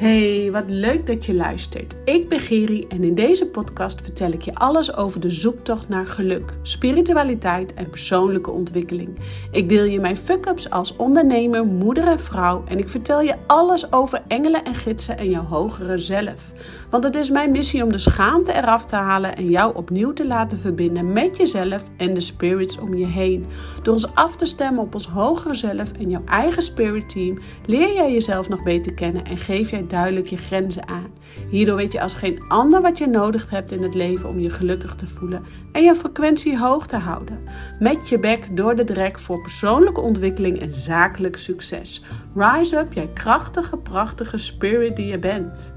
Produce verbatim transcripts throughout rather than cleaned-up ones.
Hey, wat leuk dat je luistert. Ik ben Geri en in deze podcast vertel ik je alles over de zoektocht naar geluk, spiritualiteit en persoonlijke ontwikkeling. Ik deel je mijn fuck-ups als ondernemer, moeder en vrouw en ik vertel je alles over engelen en gidsen en jouw hogere zelf. Want het is mijn missie om de schaamte eraf te halen en jou opnieuw te laten verbinden met jezelf en de spirits om je heen. Door ons af te stemmen op ons hogere zelf en jouw eigen spirit team leer jij jezelf nog beter kennen en geef jij duidelijk je grenzen aan. Hierdoor weet je als geen ander wat je nodig hebt in het leven om je gelukkig te voelen en je frequentie hoog te houden. Met je bek door de drek voor persoonlijke ontwikkeling en zakelijk succes. Rise up, jij krachtige, prachtige spirit die je bent.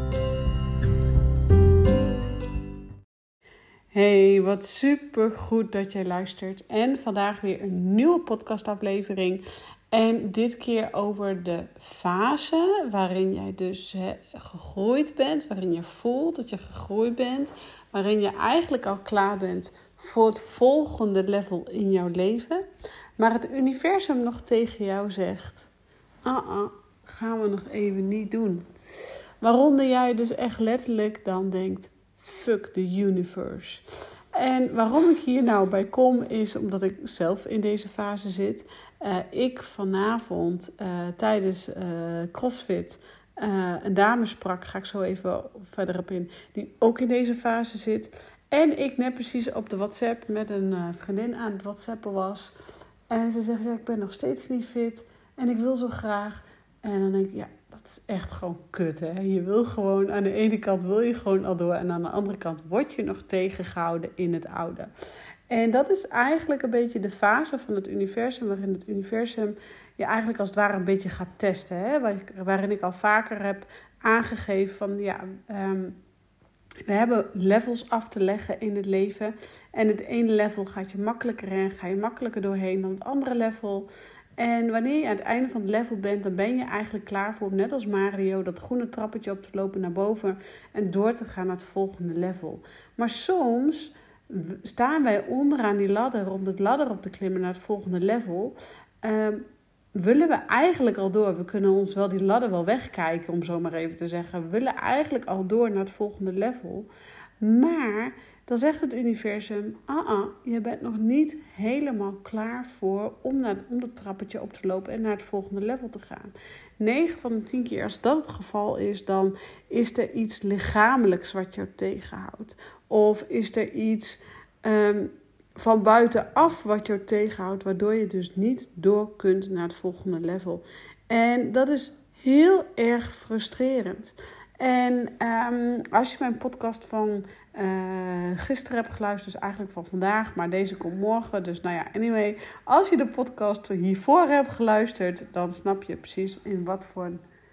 Hey, wat super goed dat jij luistert. En vandaag weer een nieuwe podcastaflevering. En dit keer over de fase waarin jij dus he, gegroeid bent. Waarin je voelt dat je gegroeid bent. Waarin je eigenlijk al klaar bent voor het volgende level in jouw leven. Maar het universum nog tegen jou zegt: uh-uh, gaan we nog even niet doen. Waaronder jij dus echt letterlijk dan denkt: fuck the universe. En waarom ik hier nou bij kom is omdat ik zelf in deze fase zit. Uh, ik vanavond uh, tijdens uh, CrossFit uh, een dame sprak, ga ik zo even verder op in, die ook in deze fase zit. En ik net precies op de WhatsApp met een uh, vriendin aan het WhatsAppen was. En ze zegt, ja, ik ben nog steeds niet fit en ik wil zo graag. En dan denk ik, ja, dat is echt gewoon kut, hè. Je wil gewoon, aan de ene kant wil je gewoon al door en aan de andere kant word je nog tegengehouden in het oude. En dat is eigenlijk een beetje de fase van het universum, waarin het universum je eigenlijk als het ware een beetje gaat testen. Hè? Waarin ik al vaker heb aangegeven van, ja, um, we hebben levels af te leggen in het leven. En het ene level gaat je makkelijker en ga je makkelijker doorheen dan het andere level. En wanneer je aan het einde van het level bent, dan ben je eigenlijk klaar voor om net als Mario dat groene trappetje op te lopen naar boven en door te gaan naar het volgende level. Maar soms staan wij onderaan die ladder om het ladder op te klimmen naar het volgende level. Uh, willen we eigenlijk al door. We kunnen ons wel die ladder wel wegkijken, om zo maar even te zeggen. We willen eigenlijk al door naar het volgende level. Maar dan zegt het universum: ah, je bent nog niet helemaal klaar voor om, naar, om dat trappetje op te lopen en naar het volgende level te gaan. negen van de tien keer als dat het geval is, dan is er iets lichamelijks wat jou tegenhoudt. Of is er iets um, van buitenaf wat jou tegenhoudt, waardoor je dus niet door kunt naar het volgende level. En dat is heel erg frustrerend. En um, als je mijn podcast van uh, gisteren hebt geluisterd, dus eigenlijk van vandaag, maar deze komt morgen. Dus nou ja, anyway, als je de podcast hiervoor hebt geluisterd, dan snap je precies in wat voor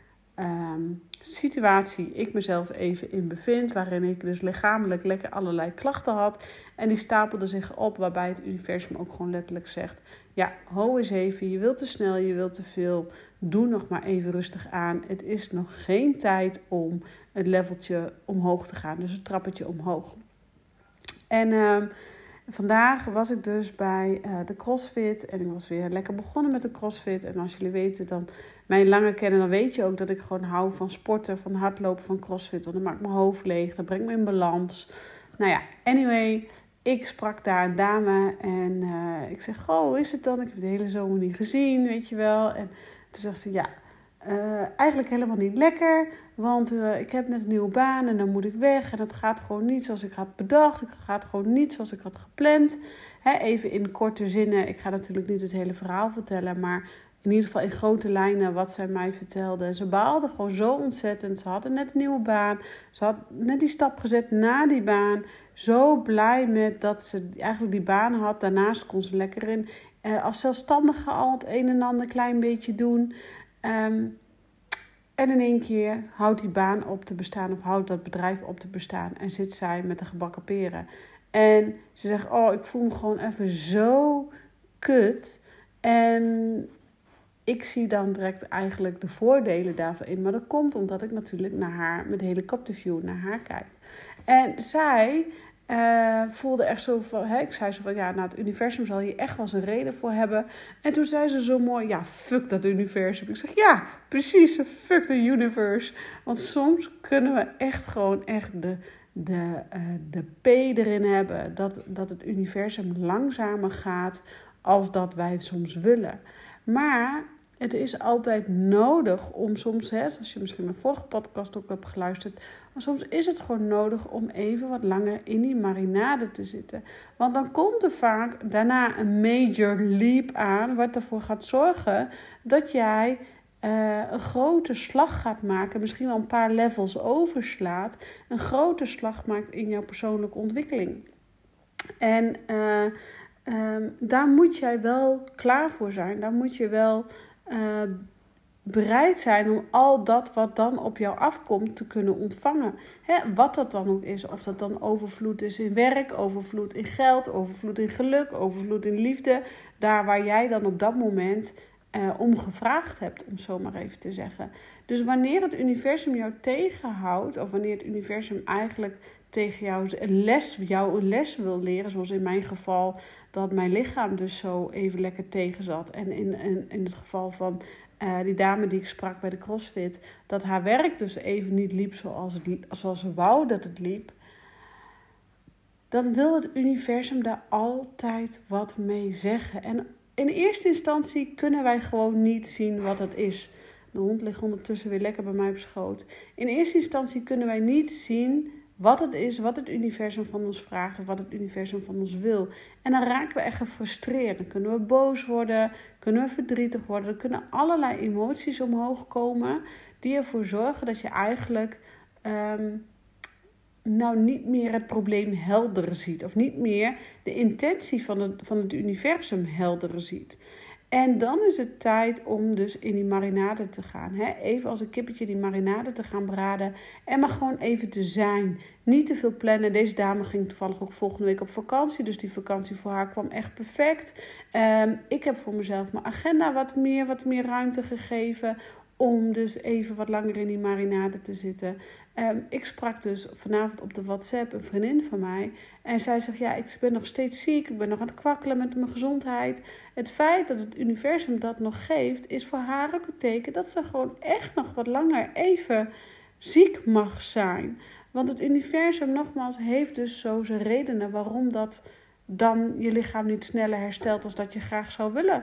um, situatie ik mezelf even in bevind. Waarin ik dus lichamelijk lekker allerlei klachten had. En die stapelden zich op, waarbij het universum ook gewoon letterlijk zegt: ja, ho eens even, je wilt te snel, je wilt te veel. Doe nog maar even rustig aan. Het is nog geen tijd om het leveltje omhoog te gaan. Dus het trappetje omhoog. En uh, vandaag was ik dus bij uh, de CrossFit. En ik was weer lekker begonnen met de CrossFit. En als jullie weten, dan mij langer kennen, dan weet je ook dat ik gewoon hou van sporten, van hardlopen, van CrossFit. Want dat maakt mijn hoofd leeg, dat brengt me in balans. Nou ja, anyway, ik sprak daar een dame en uh, ik zeg: goh, hoe is het dan? Ik heb de hele zomer niet gezien, weet je wel. En toen zegt ze: ja, uh, eigenlijk helemaal niet lekker. Want uh, ik heb net een nieuwe baan en dan moet ik weg. En het gaat gewoon niet zoals ik had bedacht. Het gaat gewoon niet zoals ik had gepland. Hè, even in korte zinnen. Ik ga natuurlijk niet het hele verhaal vertellen. Maar in ieder geval in grote lijnen wat zij mij vertelde. Ze baalde gewoon zo ontzettend. Ze hadden net een nieuwe baan. Ze had net die stap gezet naar die baan. Zo blij met dat ze eigenlijk die baan had. Daarnaast kon ze lekker in uh, als zelfstandige al het een en ander klein beetje doen. Um, en in één keer houdt die baan op te bestaan of houdt dat bedrijf op te bestaan. En zit zij met de gebakken peren. En ze zegt: oh, ik voel me gewoon even zo kut. En ik zie dan direct eigenlijk de voordelen daarvan in. Maar dat komt omdat ik natuurlijk naar haar met helikopterview naar haar kijk. En zij Uh, voelde echt zo van, hè, ik zei zo van, ja, nou, het universum zal hier echt wel eens een reden voor hebben. En toen zei ze zo mooi, ja, fuck dat universum. Ik zeg, ja, precies, fuck the universe. Want soms kunnen we echt gewoon echt de, de, uh, de P erin hebben. Dat, dat het universum langzamer gaat als dat wij soms willen. Maar het is altijd nodig om soms, hè, zoals je misschien mijn vorige podcast ook hebt geluisterd, maar soms is het gewoon nodig om even wat langer in die marinade te zitten. Want dan komt er vaak daarna een major leap aan, wat ervoor gaat zorgen dat jij uh, een grote slag gaat maken, misschien wel een paar levels overslaat, een grote slag maakt in jouw persoonlijke ontwikkeling. En uh, um, daar moet jij wel klaar voor zijn. Daar moet je wel Uh, bereid zijn om al dat wat dan op jou afkomt te kunnen ontvangen. Hè, wat dat dan ook is. Of dat dan overvloed is in werk, overvloed in geld, overvloed in geluk, overvloed in liefde. Daar waar jij dan op dat moment uh, om gevraagd hebt, om zo maar even te zeggen. Dus wanneer het universum jou tegenhoudt, of wanneer het universum eigenlijk tegen jou een les, jou een les wil leren, zoals in mijn geval dat mijn lichaam dus zo even lekker tegen zat. En in, in, in het geval van uh, die dame die ik sprak bij de CrossFit, dat haar werk dus even niet liep zoals, het, zoals ze wou dat het liep. Dan wil het universum daar altijd wat mee zeggen. En in eerste instantie kunnen wij gewoon niet zien wat het is. De hond ligt ondertussen weer lekker bij mij op schoot. In eerste instantie kunnen wij niet zien wat het is, wat het universum van ons vraagt of wat het universum van ons wil. En dan raken we echt gefrustreerd. Dan kunnen we boos worden, kunnen we verdrietig worden. Er kunnen allerlei emoties omhoog komen die ervoor zorgen dat je eigenlijk um, nou niet meer het probleem helder ziet. Of niet meer de intentie van het, van het universum helder ziet. En dan is het tijd om dus in die marinade te gaan. Hè? Even als een kippetje die marinade te gaan braden. En maar gewoon even te zijn. Niet te veel plannen. Deze dame ging toevallig ook volgende week op vakantie. Dus die vakantie voor haar kwam echt perfect. Um, ik heb voor mezelf mijn agenda wat meer, wat meer ruimte gegeven. Om dus even wat langer in die marinade te zitten. Um, ik sprak dus vanavond op de WhatsApp een vriendin van mij. En zij zegt, ja, ik ben nog steeds ziek. Ik ben nog aan het kwakkelen met mijn gezondheid. Het feit dat het universum dat nog geeft, is voor haar ook een teken dat ze gewoon echt nog wat langer even ziek mag zijn. Want het universum, nogmaals, heeft dus zo zijn redenen waarom dat dan je lichaam niet sneller herstelt als dat je graag zou willen.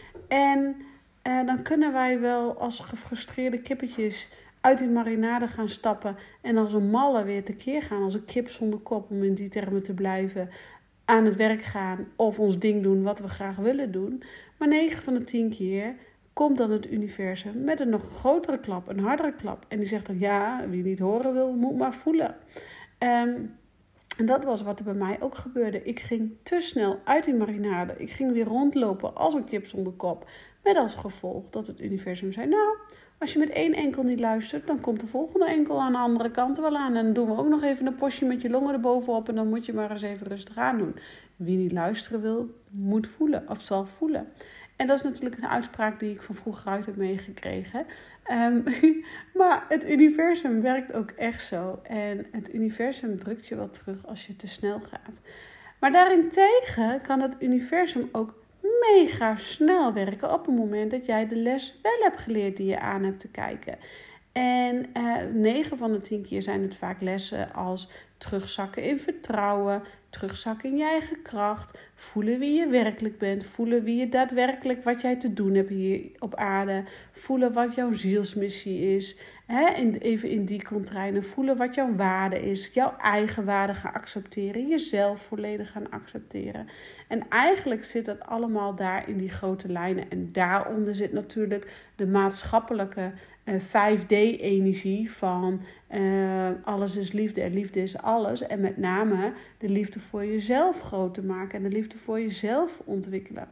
En uh, dan kunnen wij wel als gefrustreerde kippetjes uit die marinade gaan stappen en als een malle weer tekeer gaan, als een kip zonder kop, om in die termen te blijven, aan het werk gaan of ons ding doen wat we graag willen doen. Maar negen van de tien keer komt dan het universum met een nog grotere klap, een hardere klap. En die zegt dan, ja, wie niet horen wil, moet maar voelen. Um, en dat was wat er bij mij ook gebeurde. Ik ging te snel uit die marinade. Ik ging weer rondlopen als een kip zonder kop. Met als gevolg dat het universum zei, nou, als je met één enkel niet luistert, dan komt de volgende enkel aan de andere kant wel aan. En dan doen we ook nog even een postje met je longen erbovenop. En dan moet je maar eens even rustig aan doen. Wie niet luisteren wil, moet voelen of zal voelen. En dat is natuurlijk een uitspraak die ik van vroeger uit heb meegekregen. Um, maar het universum werkt ook echt zo. En het universum drukt je wel terug als je te snel gaat. Maar daarentegen kan het universum ook mega snel werken op het moment dat jij de les wel hebt geleerd die je aan hebt te kijken. En uh, negen van de tien keer zijn het vaak lessen als terugzakken in vertrouwen, terugzakken in je eigen kracht, voelen wie je werkelijk bent, voelen wie je daadwerkelijk wat jij te doen hebt hier op aarde, voelen wat jouw zielsmissie is, hè? En even in die contrainen, voelen wat jouw waarde is, jouw eigen waarde gaan accepteren, jezelf volledig gaan accepteren. En eigenlijk zit dat allemaal daar in die grote lijnen en daaronder zit natuurlijk de maatschappelijke Uh, vijf D-energie van uh, alles is liefde en liefde is alles. En met name de liefde voor jezelf groot te maken en de liefde voor jezelf ontwikkelen.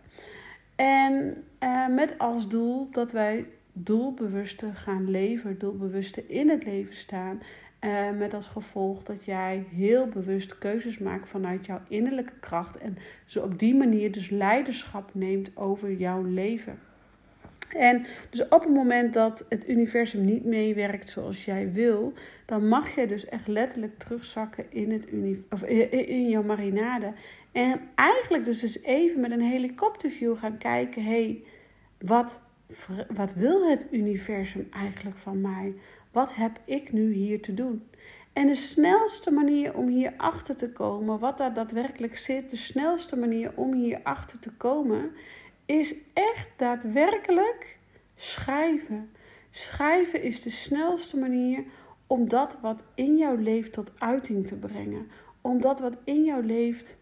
En uh, met als doel dat wij doelbewuster gaan leven, doelbewuster in het leven staan. Uh, met als gevolg dat jij heel bewust keuzes maakt vanuit jouw innerlijke kracht. En zo op die manier dus leiderschap neemt over jouw leven. En dus op het moment dat het universum niet meewerkt zoals jij wil, dan mag je dus echt letterlijk terugzakken in, het uni- of in jouw marinade. En eigenlijk dus eens even met een helikopterview gaan kijken, hé, hey, wat, wat wil het universum eigenlijk van mij? Wat heb ik nu hier te doen? En de snelste manier om hier achter te komen, wat daar daadwerkelijk zit, de snelste manier om hier achter te komen, is echt daadwerkelijk schrijven. Schrijven is de snelste manier om dat wat in jou leeft tot uiting te brengen. Om dat wat in jou leeft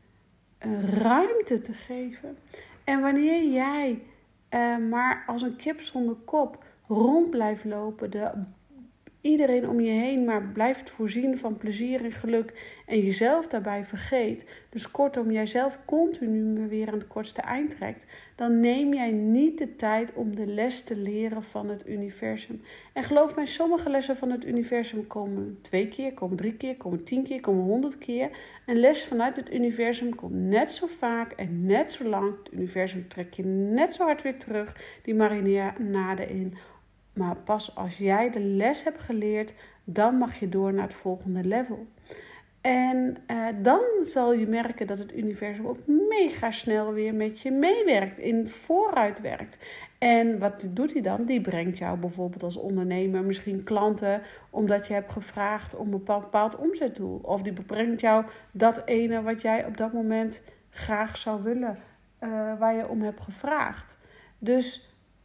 ruimte te geven. En wanneer jij uh, maar als een kip zonder kop rond blijft lopen, de iedereen om je heen maar blijft voorzien van plezier en geluk en jezelf daarbij vergeet, dus kortom jijzelf continu weer aan het kortste eind trekt, dan neem jij niet de tijd om de les te leren van het universum. En geloof mij, sommige lessen van het universum komen twee keer, komen drie keer, komen tien keer, komen honderd keer. Een les vanuit het universum komt net zo vaak en net zo lang. Het universum trekt je net zo hard weer terug die marinade in. Maar pas als jij de les hebt geleerd, dan mag je door naar het volgende level. En uh, dan zal je merken dat het universum ook mega snel weer met je meewerkt, in vooruit werkt. En wat doet hij dan? Die brengt jou bijvoorbeeld als ondernemer misschien klanten, omdat je hebt gevraagd om een bepaald omzetdoel. Of die brengt jou dat ene wat jij op dat moment graag zou willen, uh, waar je om hebt gevraagd. Dus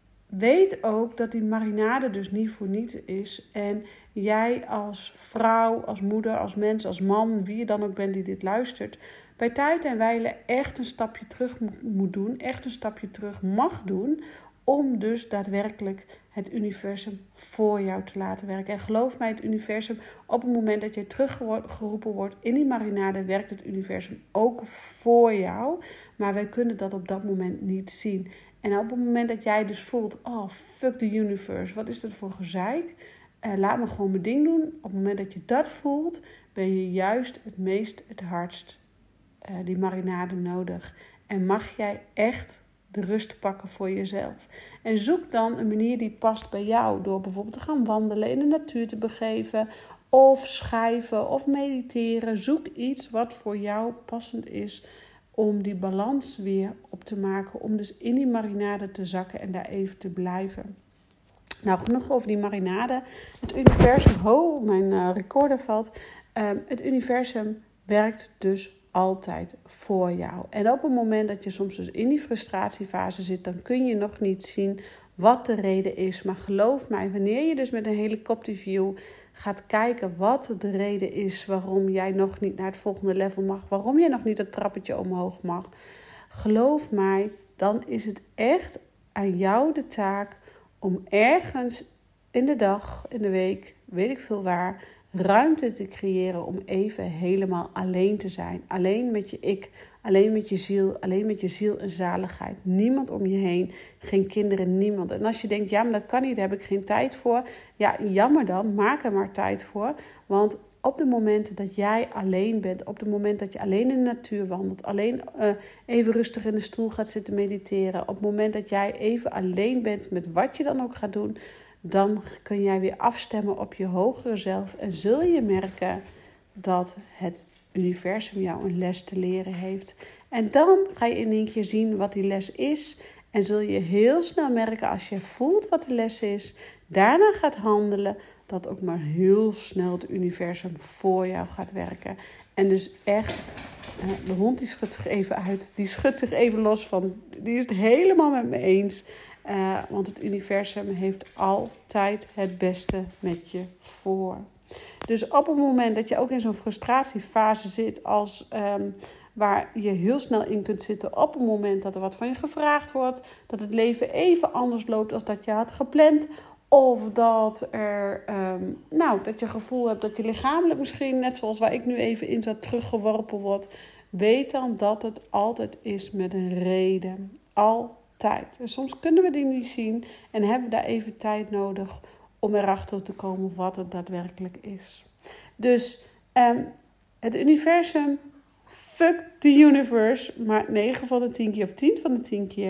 weet ook dat die marinade dus niet voor niets is. En jij als vrouw, als moeder, als mens, als man, wie je dan ook bent die dit luistert, bij tijd en wijle echt een stapje terug moet doen. Echt een stapje terug mag doen. Om dus daadwerkelijk het universum voor jou te laten werken. En geloof mij, het universum, op het moment dat je teruggeroepen wordt in die marinade, werkt het universum ook voor jou. Maar wij kunnen dat op dat moment niet zien. En op het moment dat jij dus voelt, oh fuck the universe, wat is dat voor gezeik? Uh, laat me gewoon mijn ding doen. Op het moment dat je dat voelt, ben je juist het meest, het hardst uh, die marinade nodig. En mag jij echt de rust pakken voor jezelf. En zoek dan een manier die past bij jou. Door bijvoorbeeld te gaan wandelen, in de natuur te begeven. Of schrijven of mediteren. Zoek iets wat voor jou passend is. Om die balans weer op te maken. Om dus in die marinade te zakken en daar even te blijven. Nou, genoeg over die marinade. Het universum, oh, mijn uh, recorder valt. Uh, het universum werkt dus altijd voor jou. En op het moment dat je soms dus in die frustratiefase zit, dan kun je nog niet zien wat de reden is. Maar geloof mij, wanneer je dus met een helikopterview gaat kijken wat de reden is waarom jij nog niet naar het volgende level mag, waarom jij nog niet het trappetje omhoog mag, geloof mij, dan is het echt aan jou de taak om ergens in de dag, in de week, weet ik veel waar, ruimte te creëren om even helemaal alleen te zijn. Alleen met je ik, alleen met je ziel, alleen met je ziel en zaligheid. Niemand om je heen, geen kinderen, niemand. En als je denkt, ja, maar dat kan niet, daar heb ik geen tijd voor. Ja, jammer dan, maak er maar tijd voor. Want op de momenten dat jij alleen bent, op het moment dat je alleen in de natuur wandelt, alleen uh, even rustig in de stoel gaat zitten mediteren, op het moment dat jij even alleen bent met wat je dan ook gaat doen, dan kun jij weer afstemmen op je hogere zelf en zul je merken dat het universum jou een les te leren heeft. En dan ga je in één keer zien wat die les is en zul je heel snel merken als je voelt wat de les is, daarna gaat handelen, dat ook maar heel snel het universum voor jou gaat werken. En dus echt, de hond die schudt zich even uit, die schudt zich even los van, die is het helemaal met me eens. Uh, want het universum heeft altijd het beste met je voor. Dus op het moment dat je ook in zo'n frustratiefase zit, als, um, waar je heel snel in kunt zitten op het moment dat er wat van je gevraagd wordt, dat het leven even anders loopt als dat je had gepland, of dat, er, um, nou, dat je gevoel hebt dat je lichamelijk misschien, net zoals waar ik nu even in zat, teruggeworpen wordt, weet dan dat het altijd is met een reden. Altijd. Tijd. En soms kunnen we die niet zien en hebben daar even tijd nodig om erachter te komen wat het daadwerkelijk is. Dus um, het universum, fuck the universe, maar negen van de tien keer of tien van de tien keer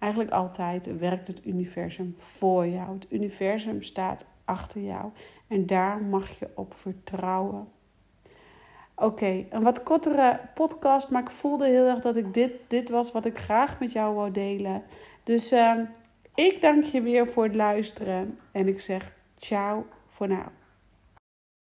eigenlijk altijd werkt het universum voor jou. Het universum staat achter jou. En daar mag je op vertrouwen. Oké, okay, een wat kortere podcast, maar ik voelde heel erg dat ik dit, dit was wat ik graag met jou wou delen. Dus uh, ik dank je weer voor het luisteren en ik zeg ciao voor nu.